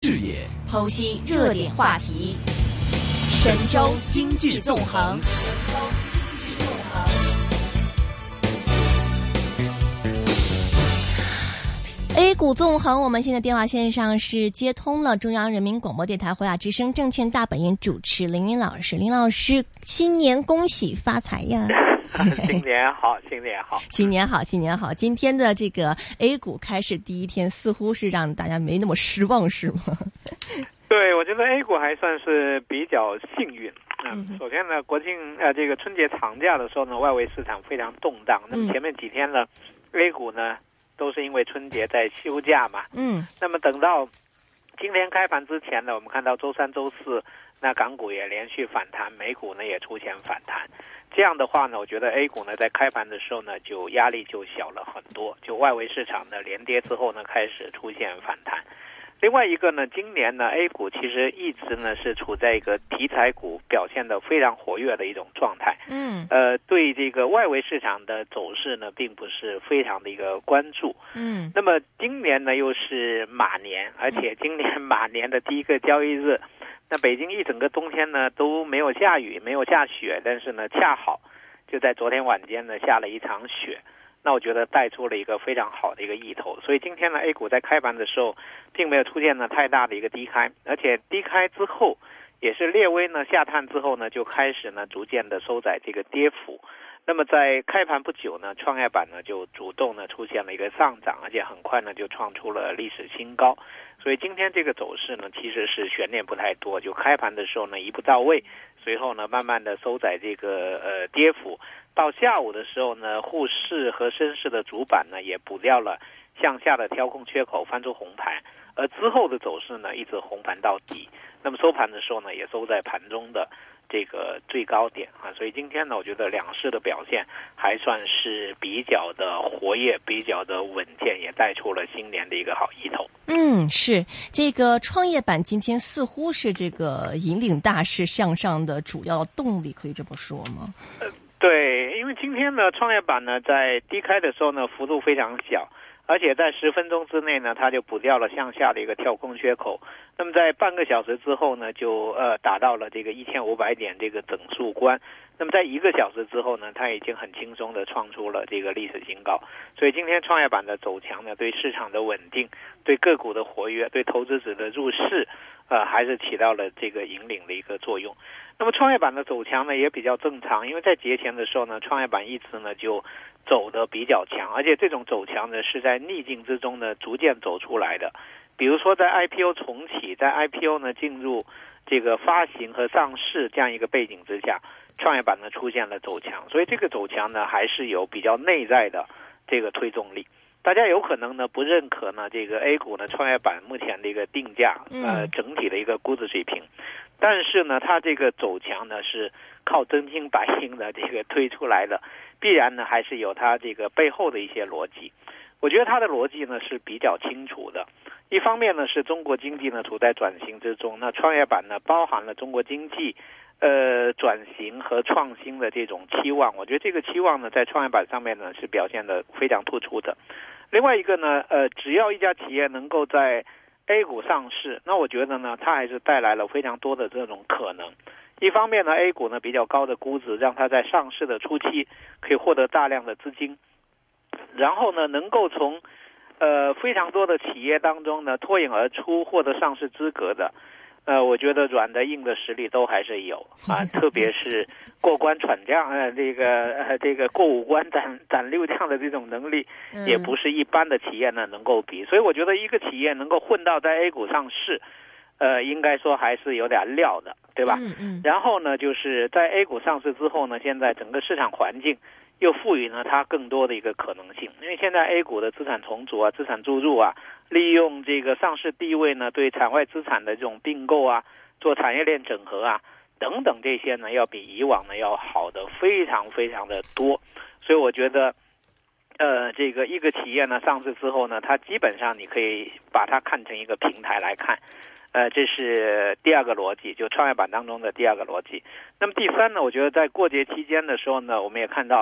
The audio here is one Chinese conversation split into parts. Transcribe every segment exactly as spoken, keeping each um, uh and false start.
视野， 剖析热点话题，神州经济纵横。A 股纵横，我们现在电话线上是接通了中央人民广播电台华雅之声证券大本营主持林云老师。林老师，新年恭喜发财呀！ 新年好，新年好， 新年好，新年好！今天的这个 A 股开市第一天，似乎是让大家没那么失望，是吗？ 对，我觉得 A 股还算是比较幸运。嗯，首先呢，国庆呃这个春节长假的时候呢，外围市场非常动荡。那么前面几天呢、嗯、，A 股呢都是因为春节在休假嘛。嗯。那么等到今天开盘之前呢，我们看到周三、周四，那港股也连续反弹，美股呢也出现反弹。这样的话呢，我觉得 A 股呢在开盘的时候呢，就压力就小了很多。就外围市场呢连跌之后呢，开始出现反弹。另外一个呢，今年呢 A 股其实一直呢是处在一个题材股表现的非常活跃的一种状态。嗯。呃，对这个外围市场的走势呢，并不是非常的一个关注。嗯。那么今年呢又是马年，而且今年马年的第一个交易日。那北京一整个冬天呢都没有下雨，没有下雪，但是呢恰好就在昨天晚间呢下了一场雪，那我觉得带出了一个非常好的一个意头。所以今天呢 A 股在开盘的时候并没有出现呢太大的一个低开，而且低开之后也是略微呢下探之后呢就开始呢逐渐的收窄这个跌幅。那么在开盘不久呢，创业板呢就主动呢出现了一个上涨，而且很快呢就创出了历史新高。所以今天这个走势呢其实是悬念不太多，就开盘的时候呢一步到位，随后呢慢慢的收窄这个呃跌幅。到下午的时候呢，沪市和深市的主板呢也补掉了向下的调控缺口，翻出红盘，而之后的走势呢一直红盘到底。那么收盘的时候呢也收在盘中的这个最高点啊，所以今天呢，我觉得两市的表现还算是比较的活跃，比较的稳健，也带出了新年的一个好意头。 嗯，是这个创业板今天似乎是这个引领大势向上的主要动力，可以这么说吗？ 呃，对，因为今天呢，创业板呢在低开的时候呢，幅度非常小。而且在十分钟之内呢，它就补掉了向下的一个跳空缺口。那么在半个小时之后呢，就呃达到了这个一千五百点这个整数关。那么在一个小时之后呢，它已经很轻松的创出了这个历史新高。所以今天创业板的走强呢，对市场的稳定、对个股的活跃、对投资者的入市，呃，还是起到了这个引领的一个作用。那么创业板的走强呢，也比较正常，因为在节前的时候呢，创业板一直呢就走得比较强，而且这种走强呢是在逆境之中呢逐渐走出来的。比如说在 I P O 重启，在 I P O 呢进入这个发行和上市这样一个背景之下，创业板呢出现了走强，所以这个走强呢还是有比较内在的这个推动力。大家有可能呢不认可呢这个 A 股呢创业板目前的一个定价，呃整体的一个估值水平，但是呢它这个走强呢是靠真金白银的这个推出来的，必然呢还是有它这个背后的一些逻辑。我觉得它的逻辑呢是比较清楚的。一方面呢是中国经济呢处在转型之中，那创业板呢包含了中国经济呃转型和创新的这种期望，我觉得这个期望呢在创业板上面呢是表现得非常突出的。另外一个呢呃只要一家企业能够在 A 股上市，那我觉得呢它还是带来了非常多的这种可能。一方面呢 A 股呢比较高的估值，让它在上市的初期可以获得大量的资金，然后呢能够从呃非常多的企业当中呢脱颖而出获得上市资格的，呃我觉得软的硬的实力都还是有啊，特别是过关斩将呃这个呃这个过五关斩斩六将的这种能力，也不是一般的企业呢能够比。所以我觉得一个企业能够混到在 A 股上市，呃应该说还是有点料的，对吧？嗯嗯。然后呢就是在 A 股上市之后呢，现在整个市场环境又赋予了它更多的一个可能性，因为现在 A 股的资产重组啊、资产注入啊，利用这个上市地位呢，对场外资产的这种并购啊，做产业链整合啊，等等这些呢，要比以往呢要好的非常非常的多。所以我觉得，呃，这个一个企业呢上市之后呢，它基本上你可以把它看成一个平台来看。呃，这是第二个逻辑，就创业板当中的第二个逻辑。那么第三呢，我觉得在过节期间的时候呢，我们也看到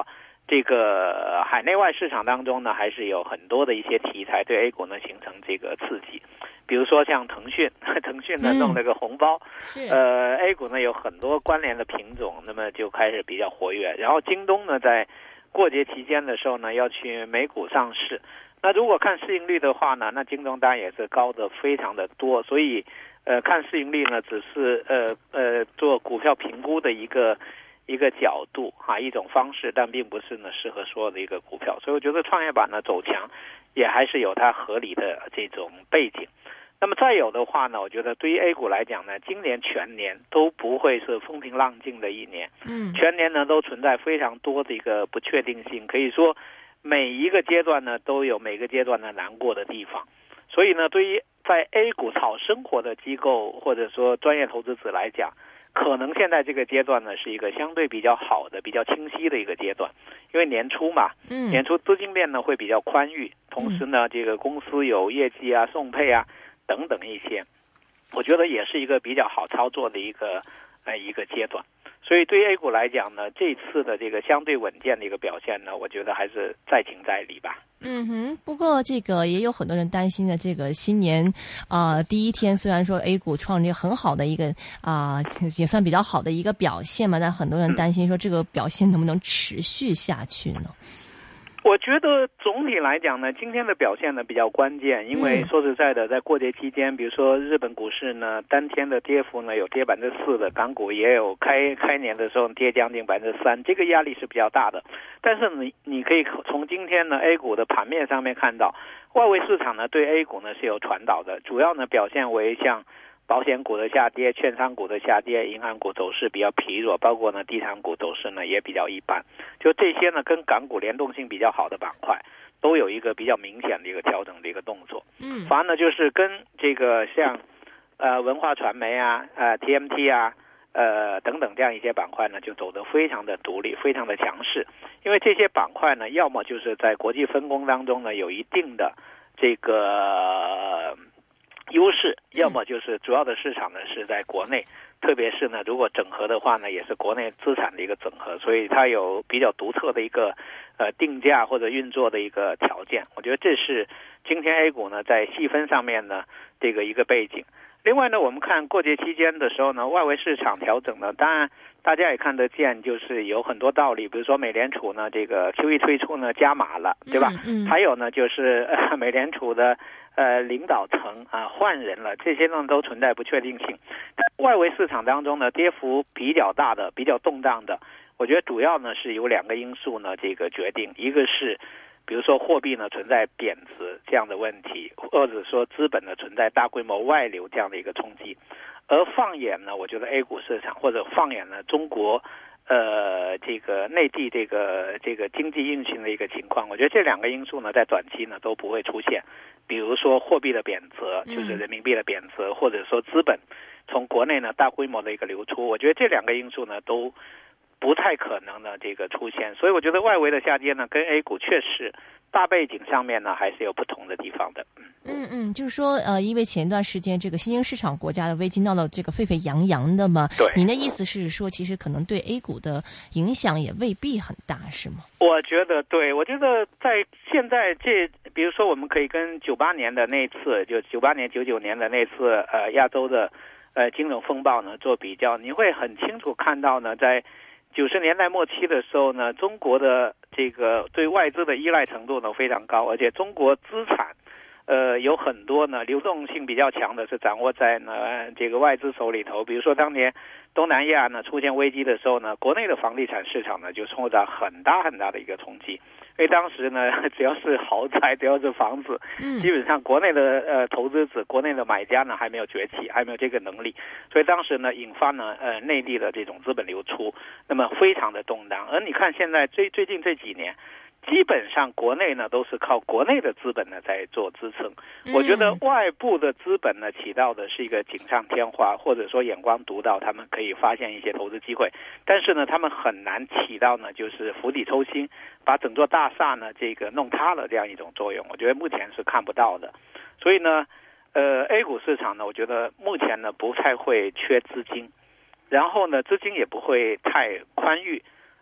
这个海内外市场当中呢，还是有很多的一些题材对 A 股呢形成这个刺激，比如说像腾讯，腾讯呢弄了个红包，嗯、呃 ，A 股呢有很多关联的品种，那么就开始比较活跃。然后京东呢在过节期间的时候呢要去美股上市，那如果看市盈率的话呢，那京东当然也是高的非常的多，所以呃看市盈率呢只是呃呃做股票评估的一个。一个角度啊，一种方式，但并不是呢适合所有的一个股票，所以我觉得创业板呢走强，也还是有它合理的这种背景。那么再有的话呢，我觉得对于 A 股来讲呢，今年全年都不会是风平浪静的一年，嗯，全年呢都存在非常多的一个不确定性，可以说每一个阶段呢都有每个阶段的难过的地方，所以呢，对于在 A 股炒生活的机构或者说专业投资者来讲，可能现在这个阶段呢是一个相对比较好的、比较清晰的一个阶段，因为年初嘛，嗯，年初资金链呢会比较宽裕，同时呢，这个公司有业绩啊、送配啊等等一些，我觉得也是一个比较好操作的一个呃一个阶段。所以对于 A 股来讲呢，这次的这个相对稳健的一个表现呢，我觉得还是在情在理吧。 嗯哼，不过这个也有很多人担心的，这个新年啊、呃、第一天，虽然说 A 股创立很好的一个啊、呃、也算比较好的一个表现嘛，但很多人担心说这个表现能不能持续下去呢？ 我觉得总体来讲呢，今天的表现呢比较关键，因为说实在的，在过节期间，比如说日本股市呢，当天的跌幅呢有跌百分之四的，港股也有开开年的时候跌将近百分之三，这个压力是比较大的。但是你你可以从今天呢 A 股的盘面上面看到，外围市场呢对 A 股呢是有传导的，主要呢表现为像保险股的下跌、券商股的下跌、银行股走势比较疲弱，包括呢地产股走势呢也比较一般。就这些呢跟港股联动性比较好的板块，都有一个比较明显的一个调整的一个动作。嗯，反而呢就是跟这个像呃文化传媒啊、呃 T M T 啊、呃等等这样一些板块呢，就走得非常的独立，非常的强势。因为这些板块呢，要么就是在国际分工当中呢有一定的这个优势，要么就是主要的市场呢是在国内，特别是呢如果整合的话呢，也是国内资产的一个整合，所以它有比较独特的一个呃定价或者运作的一个条件。我觉得这是今天 A 股呢在细分上面呢这个一个背景。另外呢，我们看过节期间的时候呢，外围市场调整呢，当然大家也看得见，就是有很多道理，比如说美联储呢这个 Q E 推出呢加码了，对吧？嗯嗯、还有呢就是、呃、美联储的呃领导层啊、呃、换人了，这些呢都存在不确定性。外围市场当中呢跌幅比较大的、比较动荡的，我觉得主要呢是有两个因素呢这个决定，一个是比如说货币呢存在贬值这样的问题，或者说资本呢存在大规模外流这样的一个冲击。而放眼呢，我觉得 A 股市场或者放眼呢中国呃这个内地这个这个经济运行的一个情况，我觉得这两个因素呢在短期呢都不会出现。比如说货币的贬值，就是人民币的贬值，嗯、或者说资本从国内呢大规模的一个流出，我觉得这两个因素呢都不太可能呢这个出现。所以我觉得外围的下跌呢跟 A 股确实大背景上面呢还是有不同的地方的。 嗯嗯，就是说呃因为前一段时间这个新兴市场国家的危机闹得这个沸沸扬扬的嘛，对，您的意思是说其实可能对 A 股的影响也未必很大是吗？ 我觉得对，我觉得在现在这比如说我们可以跟九八年的那次，就九八年九九年的那次呃亚洲的呃金融风暴呢做比较，你会很清楚看到呢，在九十年代末期的时候呢，中国的这个对外资的依赖程度呢非常高，而且中国资产呃有很多呢流动性比较强的是掌握在呢这个外资手里头。比如说当年东南亚呢出现危机的时候呢，国内的房地产市场呢就受到很大很大的一个冲击。因为当时呢，只要是豪宅，只要是房子，嗯，基本上国内的呃投资者、国内的买家呢还没有崛起，还没有这个能力，所以当时呢引发呢呃内地的这种资本流出，那么非常的动荡。而你看现在最最近这几年，基本上国内呢都是靠国内的资本呢在做支撑。我觉得外部的资本呢起到的是一个锦上添花，或者说眼光独到，他们可以发现一些投资机会，但是呢他们很难起到呢就是釜底抽薪，把整座大厦呢这个弄塌了这样一种作用，我觉得目前是看不到的。所以呢呃 A 股市场呢我觉得目前呢不太会缺资金，然后呢资金也不会太宽裕。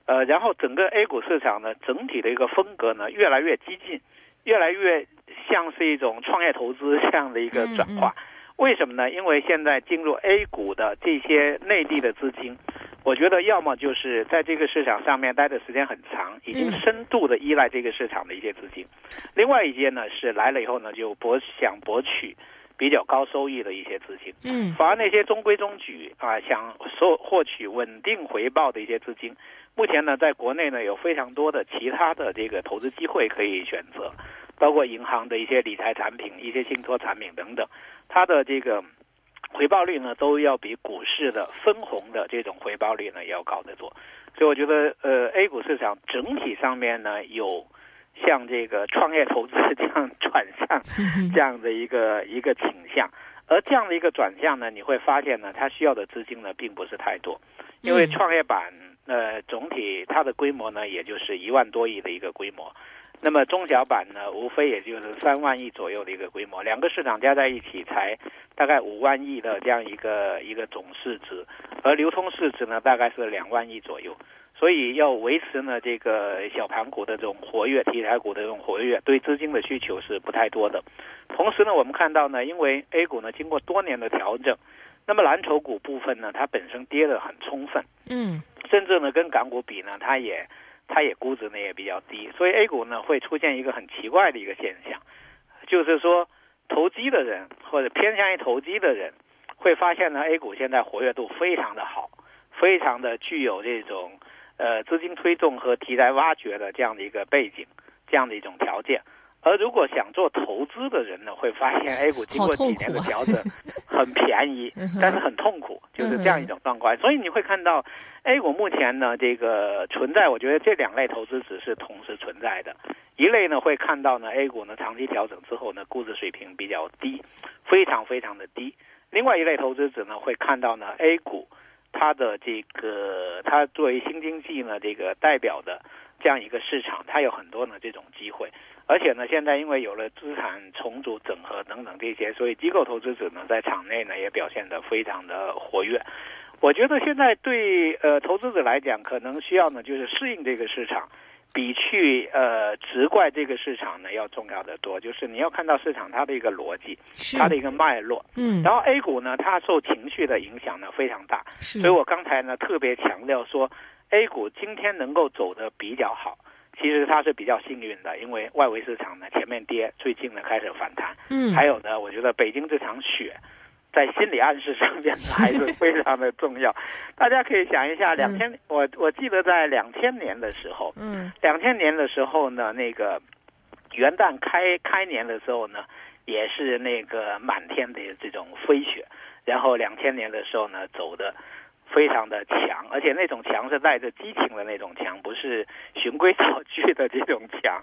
呃，然后整个 A 股市场呢，整体的一个风格呢，越来越激进，越来越像是一种创业投资这样的一个转化。嗯嗯为什么呢？因为现在进入 A 股的这些内地的资金，我觉得要么就是在这个市场上面待的时间很长，已经深度的依赖这个市场的一些资金；另外一些呢是来了以后呢，就博想博取比较高收益的一些资金。嗯，反而那些中规中矩啊，想收获取稳定回报的一些资金，目前呢，在国内呢有非常多的其他的这个投资机会可以选择，包括银行的一些理财产品、一些信托产品等等。它的这个回报率呢，都要比股市的分红的这种回报率呢要高得多。所以我觉得，呃 ，A 股市场整体上面呢，有像这个创业投资这样转向这样的一个一个倾向。而这样的一个转向呢，你会发现呢，它需要的资金呢并不是太多，因为创业板呃总体它的规模呢，也就是一万多亿的一个规模。那么中小板呢，无非也就是三万亿左右的一个规模，两个市场加在一起才大概五万亿的这样一个一个总市值，而流通市值呢大概是两万亿左右。所以要维持呢这个小盘股的这种活跃，题材股的这种活跃，对资金的需求是不太多的。同时呢，我们看到呢，因为 A 股呢经过多年的调整，那么蓝筹股部分呢，它本身跌得很充分，嗯，甚至呢跟港股比呢，它也它也估值呢也比较低，所以 A 股呢会出现一个很奇怪的一个现象，就是说投机的人或者偏向于投机的人会发现呢 A 股现在活跃度非常的好，非常的具有这种呃资金推动和题材挖掘的这样的一个背景，这样的一种条件。而如果想做投资的人呢，会发现 A 股经过几年的调整很便宜，但是很痛苦，就是这样一种状况。所以你会看到 A 股目前呢，这个存在，我觉得这两类投资只是同时存在的。一类呢会看到呢 A 股呢长期调整之后呢，估值水平比较低，非常非常的低。另外一类投资者呢会看到呢 A 股它的这个它作为新经济呢这个代表的这样一个市场，它有很多呢这种机会。而且呢，现在因为有了资产重组、整合等等这些，所以机构投资者呢在场内呢也表现得非常的活跃。我觉得现在对呃投资者来讲，可能需要呢就是适应这个市场，比去呃责怪这个市场呢要重要的多。就是你要看到市场它的一个逻辑，它的一个脉络。嗯。然后 A 股呢，它受情绪的影响呢非常大，所以我刚才呢特别强调说 ，A 股今天能够走得比较好。其实它是比较幸运的，因为外围市场呢前面跌，最近呢开始反弹。嗯，还有呢，我觉得北京这场雪，在心理暗示上面还是非常的重要。大家可以想一下，两千、嗯，我我记得在两千年的时候，嗯，两千年的时候呢，那个元旦开开年的时候呢，也是那个满天的这种飞雪，然后两千年的时候呢，走的非常的强，而且那种强是带着激情的那种强，不是循规蹈矩的这种强。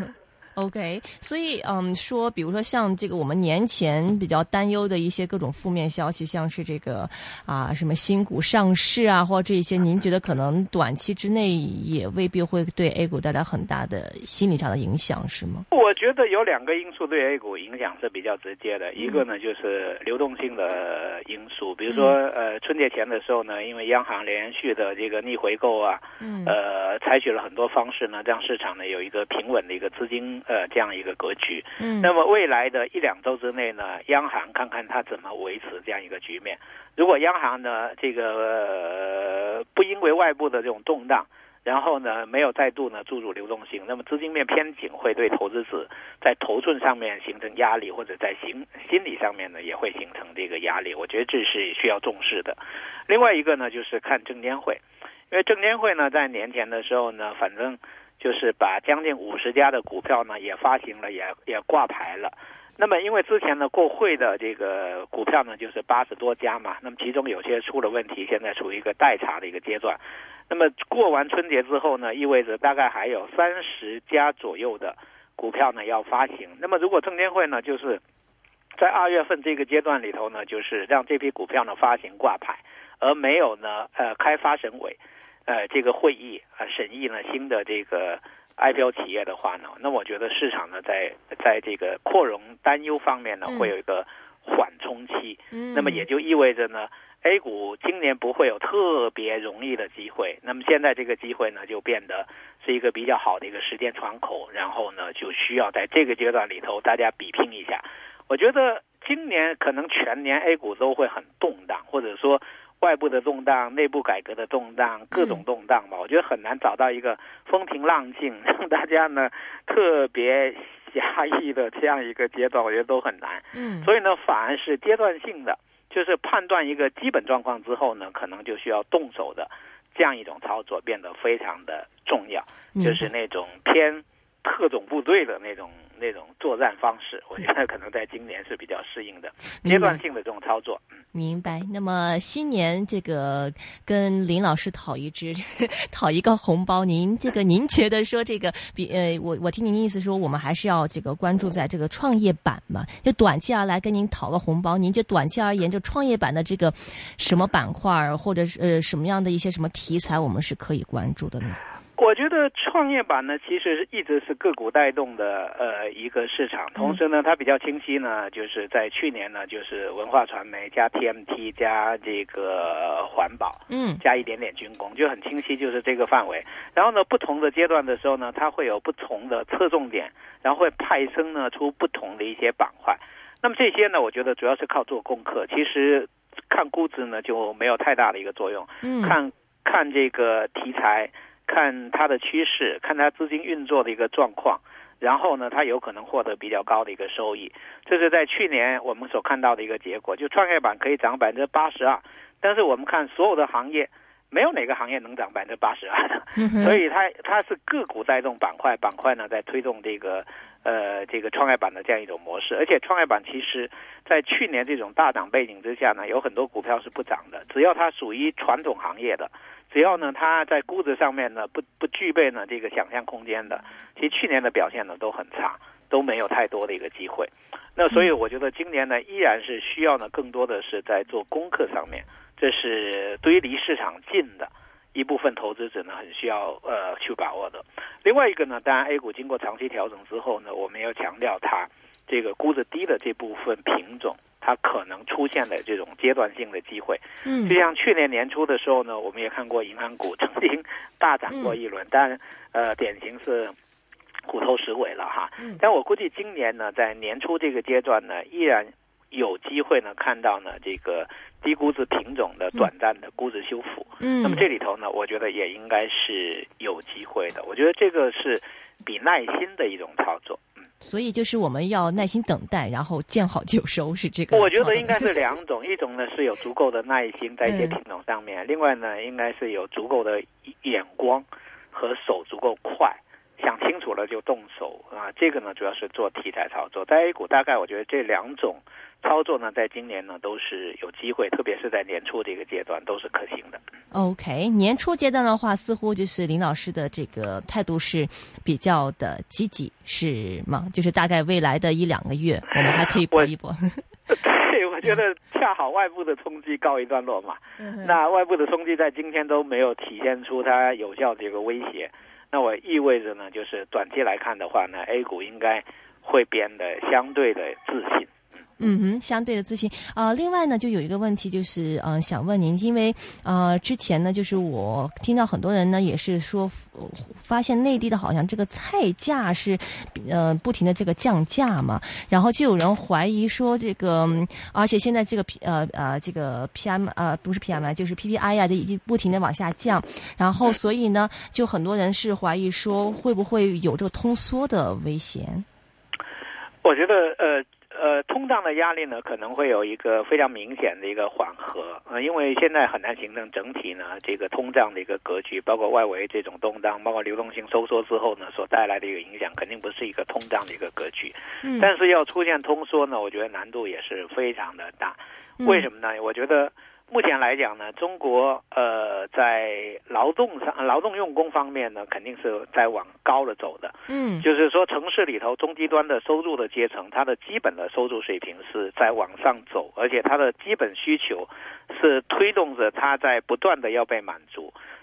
OK， 所以嗯，说比如说像这个我们年前比较担忧的一些各种负面消息，像是这个啊什么新股上市啊，或者这些，您觉得可能短期之内也未必会对 A 股带来很大的心理上的影响，是吗？ 我觉得有两个因素对 A 股影响是比较直接的，一个呢就是流动性的因素，比如说呃春节前的时候呢，因为央行连续的这个逆回购啊，呃采取了很多方式呢，让市场呢有一个平稳的一个资金呃这样一个格局。嗯，那么未来的一两周之内呢，央行看看它怎么维持这样一个局面。如果央行呢这个、呃、不因为外部的这种动荡，然后呢，没有再度呢注入流动性，那么资金面偏紧会对投资者在头寸上面形成压力，或者在心心理上面呢也会形成这个压力。我觉得这是需要重视的。另外一个呢，就是看证监会，因为证监会呢在年前的时候呢，反正就是把将近五十家的股票呢也发行了，也也挂牌了。那么因为之前呢过会的这个股票呢就是八十多家嘛，那么其中有些出了问题，现在处于一个待查的一个阶段。那么过完春节之后呢，意味着大概还有三十家左右的股票呢要发行。那么如果证监会呢就是在二月份这个阶段里头呢，就是让这批股票呢发行挂牌，而没有呢呃开发审委呃这个会议啊、呃、审议呢新的这个 I P O 企业的话呢，那我觉得市场呢在在这个扩容担忧方面呢会有一个缓冲期， 嗯， 那么也就意味着呢 A 股今年不会有特别容易的机会，那么现在这个机会呢就变得是一个比较好的一个时间窗口，然后呢就需要在这个阶段里头大家比拼一下。我觉得今年可能全年 A 股都会很动荡，或者说外部的动荡、内部改革的动荡、各种动荡吧，我觉得很难找到一个风平浪静让大家呢特别压抑的这样一个阶段，我觉得都很难。 嗯， 所以呢反而是阶段性的，就是判断一个基本状况之后呢，可能就需要动手的这样一种操作变得非常的重要，就是那种偏特种部队的那种那种作战方式，我觉得可能在今年是比较适应的阶段性的这种操作。 明白。那么新年这个跟林老师讨一支讨一个红包，您这个您觉得说这个比呃我我听您意思说我们还是要这个关注在这个创业板嘛，就短期而来跟您讨个红包，您觉得短期而言就创业板的这个什么板块或者是呃什么样的一些什么题材我们是可以关注的呢？ 我觉得创业板呢，其实一直是个股带动的呃一个市场，同时呢，它比较清晰呢，就是在去年呢，就是文化传媒加 T M T 加这个环保， 嗯， 加一点点军工，就很清晰，就是这个范围。然后呢，不同的阶段的时候呢，它会有不同的侧重点，然后会派生呢出不同的一些板块。那么这些呢，我觉得主要是靠做功课，其实看估值呢就没有太大的一个作用， 嗯， 看看这个题材。看它的趋势，看它资金运作的一个状况，然后呢，它有可能获得比较高的一个收益。这是在去年我们所看到的一个结果，就创业板可以涨百分之八十二，但是我们看所有的行业，没有哪个行业能涨百分之八十二的，所以它它是个股带动板块，板块呢在推动这个呃这个创业板的这样一种模式。而且创业板其实在去年这种大涨背景之下呢，有很多股票是不涨的，只要它属于传统行业的。只要呢，它在估值上面呢不不具备呢这个想象空间的，其实去年的表现呢都很差，都没有太多的一个机会。那所以我觉得今年呢依然是需要呢更多的是在做功课上面，这是对于离市场近的一部分投资者呢很需要呃去把握的。另外一个呢，当然 A 股经过长期调整之后呢，我们要强调它这个估值低的这部分品种，它可能出现的这种阶段性的机会。 嗯， 就像去年年初的时候呢，我们也看过银行股曾经大涨过一轮，但呃典型是虎头蛇尾了哈。 嗯， 但我估计今年呢，在年初这个阶段呢，依然有机会呢看到呢这个低估值品种的短暂的估值修复。 嗯， 那么这里头呢，我觉得也应该是有机会的。我觉得这个是比耐心的一种操作。 所以就是我们要耐心等待，然后见好就收，是这个。 我觉得应该是两种，一种呢是有足够的耐心在一些品种上面，嗯、另外呢应该是有足够的眼光和手足够快，想清楚了就动手啊。这个呢主要是做题材操作，在 A 股大概我觉得这两种操作呢，在今年呢都是有机会，特别是在年初这个阶段都是可行的。 OK， 年初阶段的话，似乎就是林老师的这个态度是比较的积极，是吗？就是大概未来的一两个月，我们还可以搏一搏。 对，我觉得恰好外部的冲击告一段落嘛。嗯、那外部的冲击在今天都没有体现出它有效的一个威胁，那我意味着呢，就是短期来看的话呢 ，A 股应该会变得相对的自信。 嗯哼，相对的自信啊、呃。另外呢，就有一个问题，就是嗯、呃，想问您，因为呃，之前呢，就是我听到很多人呢也是说，呃、发现内地的好像这个菜价是呃不停的这个降价嘛，然后就有人怀疑说这个，而且现在这个 P 呃呃这个 P M 呃不是 P M I 就是 P P I 呀、啊，已经不停的往下降，然后所以呢，就很多人是怀疑说会不会有这个通缩的危险？ 我觉得呃。呃，通胀的压力呢，可能会有一个非常明显的一个缓和，呃，因为现在很难形成整体呢这个通胀的一个格局，包括外围这种动荡，包括流动性收缩之后呢所带来的一个影响，肯定不是一个通胀的一个格局。嗯，但是要出现通缩呢，我觉得难度也是非常的大。为什么呢？我觉得目前来讲呢，中国呃在劳动上、劳动用工方面呢，肯定是在往高了走的。嗯，就是说城市里头中低端的收入的阶层，它的基本的收入水平是在往上走，而且它的基本需求是推动着它在不断的要被满足。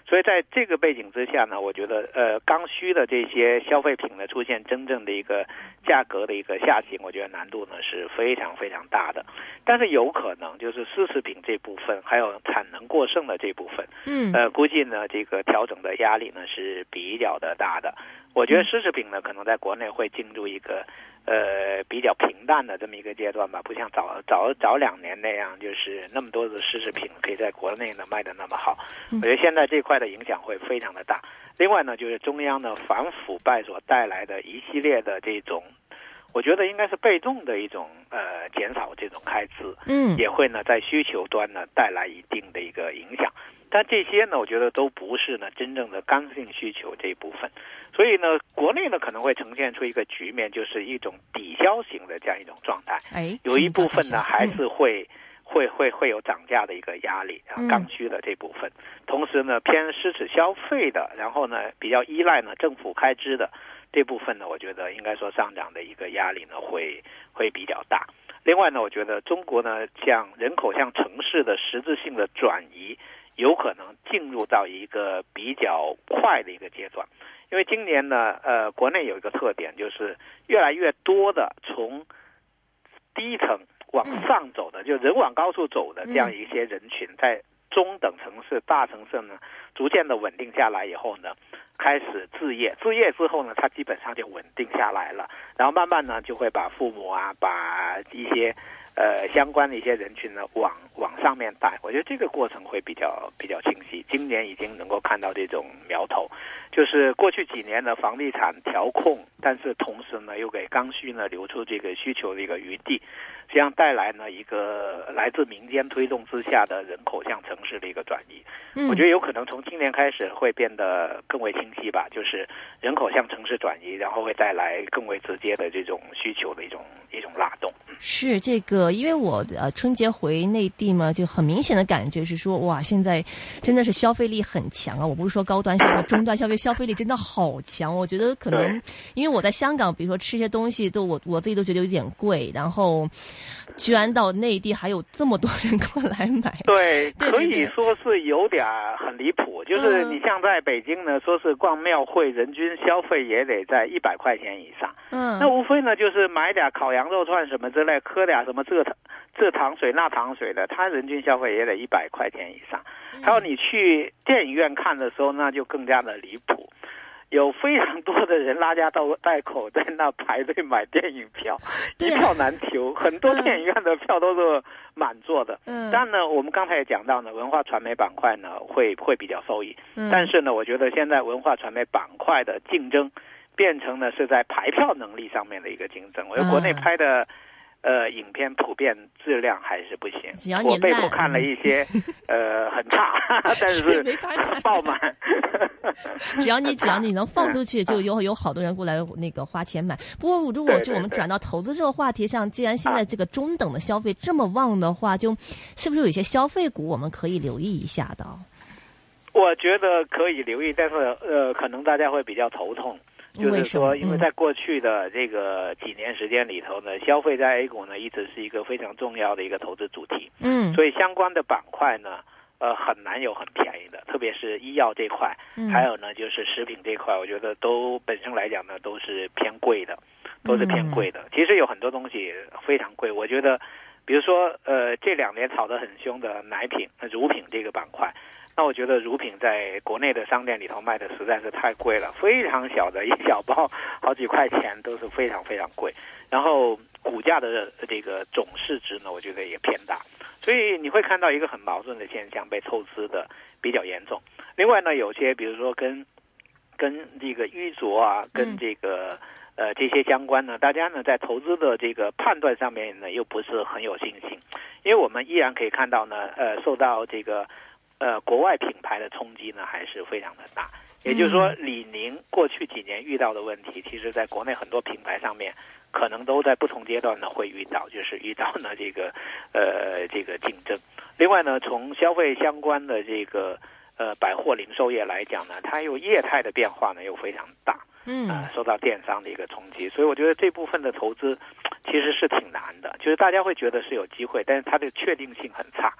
所以在这个背景之下呢，我觉得呃刚需的这些消费品呢出现真正的一个价格的一个下行，我觉得难度呢是非常非常大的。但是有可能就是奢侈品这部分还有产能过剩的这部分， 嗯， 呃估计呢这个调整的压力呢是比较的大的。我觉得奢侈品呢可能在国内会进入一个呃比较平淡的这么一个阶段吧，不像早早早两年那样，就是那么多的奢侈品可以在国内呢卖得那么好。我觉得现在这块的影响会非常的大。另外呢，就是中央呢反腐败所带来的一系列的这种，我觉得应该是被动的一种呃减少这种开支， 嗯， 也会呢在需求端呢带来一定的一个影响。但这些呢，我觉得都不是呢真正的刚性需求这一部分，所以呢，国内呢可能会呈现出一个局面，就是一种抵消型的这样一种状态。 哎， 有一部分呢还是会、嗯、会会会有涨价的一个压力啊，刚需的这部分。嗯、同时呢，偏奢侈消费的，然后呢比较依赖呢政府开支的这部分呢，我觉得应该说上涨的一个压力呢会会比较大。另外呢，我觉得中国呢像人口向城市的实质性的转移，有可能进入到一个比较快的一个阶段，因为今年呢，呃，国内有一个特点，就是越来越多的从低层往上走的，就人往高处走的这样一些人群，在中等城市、大城市呢，逐渐的稳定下来以后呢，开始置业，置业之后呢，它基本上就稳定下来了，然后慢慢呢，就会把父母啊，把一些呃相关的一些人群呢往往上面带。我觉得这个过程会比较比较清晰，今年已经能够看到这种苗头，就是过去几年的房地产调控，但是同时呢又给刚需呢留出这个需求的一个余地，这样带来呢一个来自民间推动之下的人口向城市的一个转移。我觉得有可能从今年开始会变得更为清晰吧，就是人口向城市转移，然后会带来更为直接的这种需求的一种一种拉动。 是这个，因为我呃春节回内地嘛，就很明显的感觉是说，哇，现在真的是消费力很强啊！我不是说高端消费，中端消费消费力真的好强。我觉得可能因为我在香港，比如说吃些东西都我我自己都觉得有点贵，然后居然到内地还有这么多人过来买， 对，对可以说是有点很离谱。就是你像在北京呢，说是逛庙会，人均消费也得在一百块钱以上。嗯，那无非呢就是买点烤羊肉串什么之类，喝点什么这这糖水那糖水的，它人均消费也得一百块钱以上。还有你去电影院看的时候，那就更加的离谱。有非常多的人拉家带口在那排队买电影票，一票难求，很多电影院的票都是满座的。嗯，但呢，我们刚才也讲到呢，文化传媒板块呢会会比较受益。嗯，但是呢，我觉得现在文化传媒板块的竞争变成呢是在排票能力上面的一个竞争。我觉得国内拍的。呃，影片普遍质量还是不行。 只要你我被迫看了一些，呃，很差，但是爆满。 只要你只要你能放出去，就有有好多人过来那个花钱买。不过如果就我们转到投资这个话题上，既然现在这个中等的消费这么旺的话，就是不是有一些消费股我们可以留意一下的？ 我觉得可以留意，但是呃，可能大家会比较头痛。就是说，因为在过去的这个几年时间里头呢，嗯、消费在 A 股呢一直是一个非常重要的一个投资主题。嗯，所以相关的板块呢，呃，很难有很便宜的，特别是医药这块，嗯、还有呢就是食品这块，我觉得都本身来讲呢都是偏贵的，都是偏贵的。嗯、其实有很多东西非常贵，我觉得，比如说呃这两年炒得很凶的奶品、乳品这个板块。那我觉得乳品在国内的商店里头卖的实在是太贵了，非常小的一小包好几块钱都是非常非常贵，然后股价的这个总市值呢我觉得也偏大，所以你会看到一个很矛盾的现象，被透支的比较严重。另外呢，有些比如说跟跟这个淤着啊，跟这个呃这些相关呢，大家呢在投资的这个判断上面呢又不是很有信心，因为我们依然可以看到呢呃受到这个呃，国外品牌的冲击呢还是非常的大，也就是说，李宁过去几年遇到的问题，其实在国内很多品牌上面，可能都在不同阶段呢会遇到，就是遇到呢这个呃这个竞争。另外呢，从消费相关的这个呃百货零售业来讲呢，它又业态的变化呢又非常大，嗯，呃，受到电商的一个冲击，所以我觉得这部分的投资其实是挺难的，就是大家会觉得是有机会，但是它的确定性很差。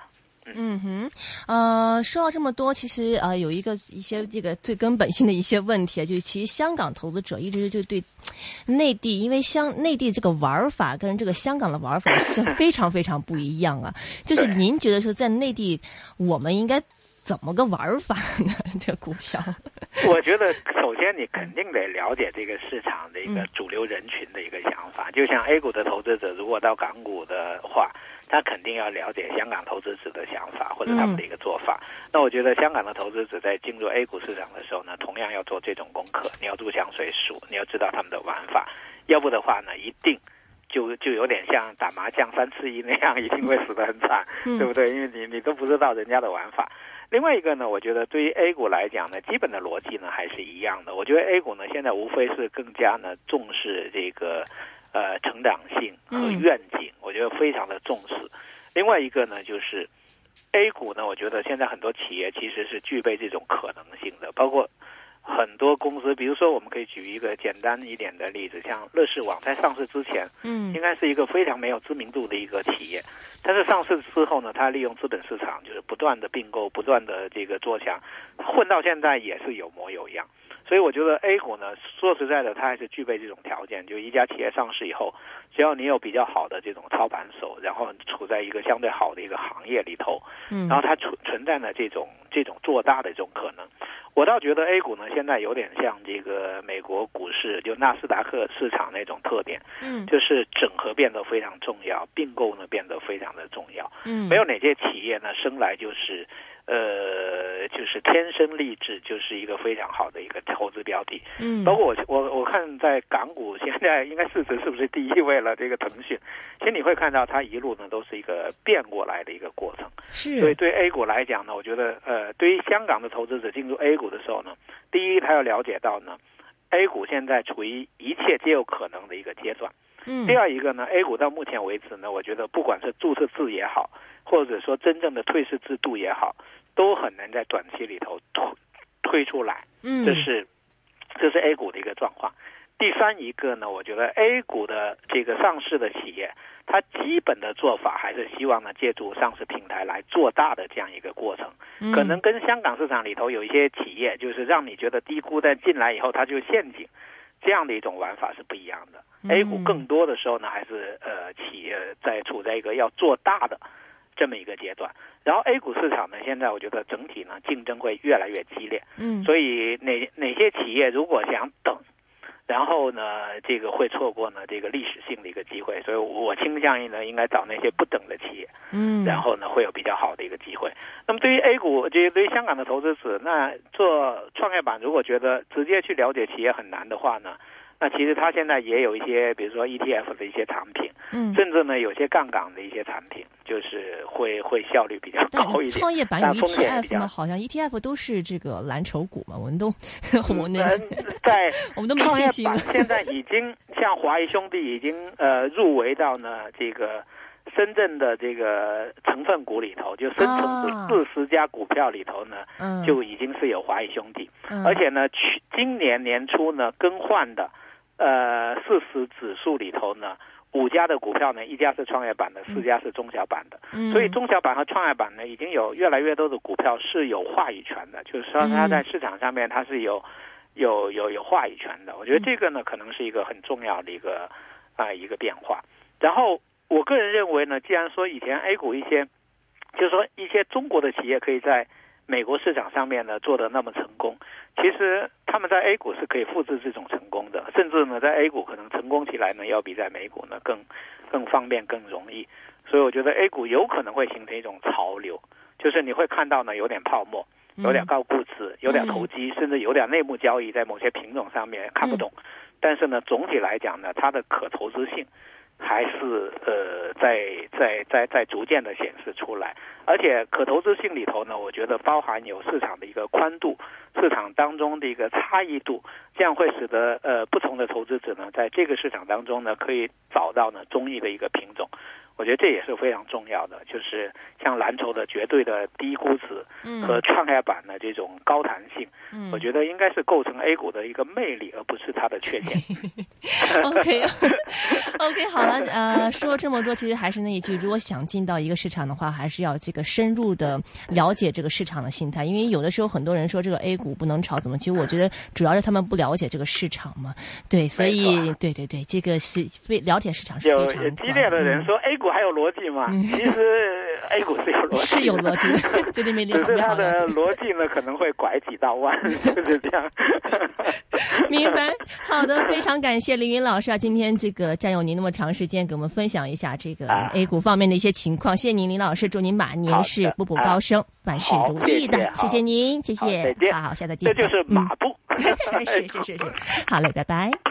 嗯哼，呃，说到这么多，其实呃有一个一些这个最根本性的一些问题啊，就是其实香港投资者一直就对内地，因为香内地这个玩法跟这个香港的玩法是非常非常不一样啊。就是您觉得说在内地我们应该怎么个玩法呢？这个股票， 我觉得首先你肯定得了解这个市场的一个主流人群的一个想法。嗯、就像 A 股的投资者如果到港股的话，他肯定要了解香港投资者的想法或者他们的一个做法。嗯、那我觉得香港的投资者在进入 A 股市场的时候呢，同样要做这种功课，你要入乡随俗，你要知道他们的玩法，要不的话呢，一定就就有点像打麻将三吃一那样，一定会死得很惨，嗯、对不对？因为你你都不知道人家的玩法。另外一个呢，我觉得对于 A 股来讲呢，基本的逻辑呢还是一样的。我觉得 A 股呢现在无非是更加呢重视这个呃成长性和愿景，嗯、我觉得非常的重视。另外一个呢就是 A 股呢，我觉得现在很多企业其实是具备这种可能性的，包括很多公司，比如说我们可以举一个简单一点的例子，像乐视网在上市之前，嗯，应该是一个非常没有知名度的一个企业，但是上市之后呢，它利用资本市场就是不断的并购，不断的这个做强，混到现在也是有模有样。所以我觉得 A 股呢，说实在的，它还是具备这种条件，就一家企业上市以后，只要你有比较好的这种操盘手，然后处在一个相对好的一个行业里头，嗯，然后它存存在呢这种这种做大的这种可能。我倒觉得 A 股呢现在有点像这个美国股市，就纳斯达克市场那种特点，嗯，就是整合变得非常重要，并购呢变得非常的重要，嗯，没有哪些企业呢生来就是呃，就是天生丽质，就是一个非常好的一个投资标的。嗯，包括我我我看在港股现在应该市值是不是第一位了？这个腾讯，其实你会看到它一路呢都是一个变过来的一个过程。是，所以对 A 股来讲呢，我觉得呃，对于香港的投资者进入 A 股的时候呢，第一他要了解到呢 ，A 股现在处于一切皆有可能的一个阶段。嗯，第二一个呢 ，A 股到目前为止呢，我觉得不管是注册制也好，或者说真正的退市制度也好，都很难在短期里头推推出来。嗯，这是这是 A 股的一个状况。第三一个呢，我觉得 A 股的这个上市的企业，它基本的做法还是希望呢借助上市平台来做大的这样一个过程。嗯，可能跟香港市场里头有一些企业，就是让你觉得低估，但进来以后它就陷阱。这样的一种玩法是不一样的。嗯、A 股更多的时候呢，还是呃企业在处在一个要做大的这么一个阶段。然后 A 股市场呢，现在我觉得整体呢竞争会越来越激烈。嗯，所以哪哪些企业如果想等，然后呢这个会错过呢这个历史性的一个机会。所以我倾向于呢应该找那些不等的企业。嗯，然后呢会有比较好的一个机会。那么对于 A 股，就是对于香港的投资者，那做创业板如果觉得直接去了解企业很难的话呢，那其实它现在也有一些，比如说 E T F 的一些产品，嗯，甚至呢有些杠杆的一些产品，就是会会效率比较高一点。 创业板有 E T F 吗？好像 E T F 都是这个蓝筹股嘛，我们都我们、 呃、在我们都没信心。 现在已经像华谊兄弟已经呃入围到呢这个深圳的这个成分股里头，就深成四十家股票里头呢，啊、就已经是有华谊兄弟，嗯、而且呢，去今年年初呢更换的，呃，四十指数里头呢，五家的股票呢，一家是创业板的，四家是中小板的，嗯、所以中小板和创业板呢，已经有越来越多的股票是有话语权的，就是说它在市场上面它是有有有有话语权的。我觉得这个呢，可能是一个很重要的一个啊、呃、一个变化。然后。我个人认为呢，既然说以前 A 股一些，就是说一些中国的企业可以在美国市场上面呢做得那么成功，其实他们在 A 股是可以复制这种成功的，甚至呢在 A 股可能成功起来呢要比在美股呢更更方便更容易。所以我觉得 A 股有可能会形成一种潮流，就是你会看到呢有点泡沫，有点高估值，有点投机，甚至有点内幕交易，在某些品种上面看不懂，但是呢总体来讲呢它的可投资性还是呃在在在在逐渐的显示出来，而且可投资性里头呢，我觉得包含有市场的一个宽度，市场当中的一个差异度，这样会使得呃不同的投资者呢，在这个市场当中呢，可以找到呢中意的一个品种。 我觉得这也是非常重要的，就是像蓝筹的绝对的低估值和创业板的这种高弹性，嗯、我觉得应该是构成 A 股的一个魅力，而不是它的缺点。 OK OK 好了，呃，说这么多，其实还是那一句，如果想进到一个市场的话，还是要这个深入的了解这个市场的心态，因为有的时候很多人说这个 A 股不能炒，怎么？其实我觉得主要是他们不了解这个市场嘛，对，所以对对对，这个是非了解市场是非常有激烈的人说 A 股还有逻辑吗？嗯、其实 A 股是有逻辑， 是有逻辑的，对对没只是它的逻辑呢可能会拐几道弯，就是这样。 明白，好的，非常感谢凌云老师啊，今天这个占用您那么长时间，给我们分享一下这个 A 股方面的一些情况。谢谢您，林老师，祝您马年是步步高升，万事如意的。谢谢您，谢谢，好好，下次见。 这就是马步， 是是是是，好嘞，拜拜。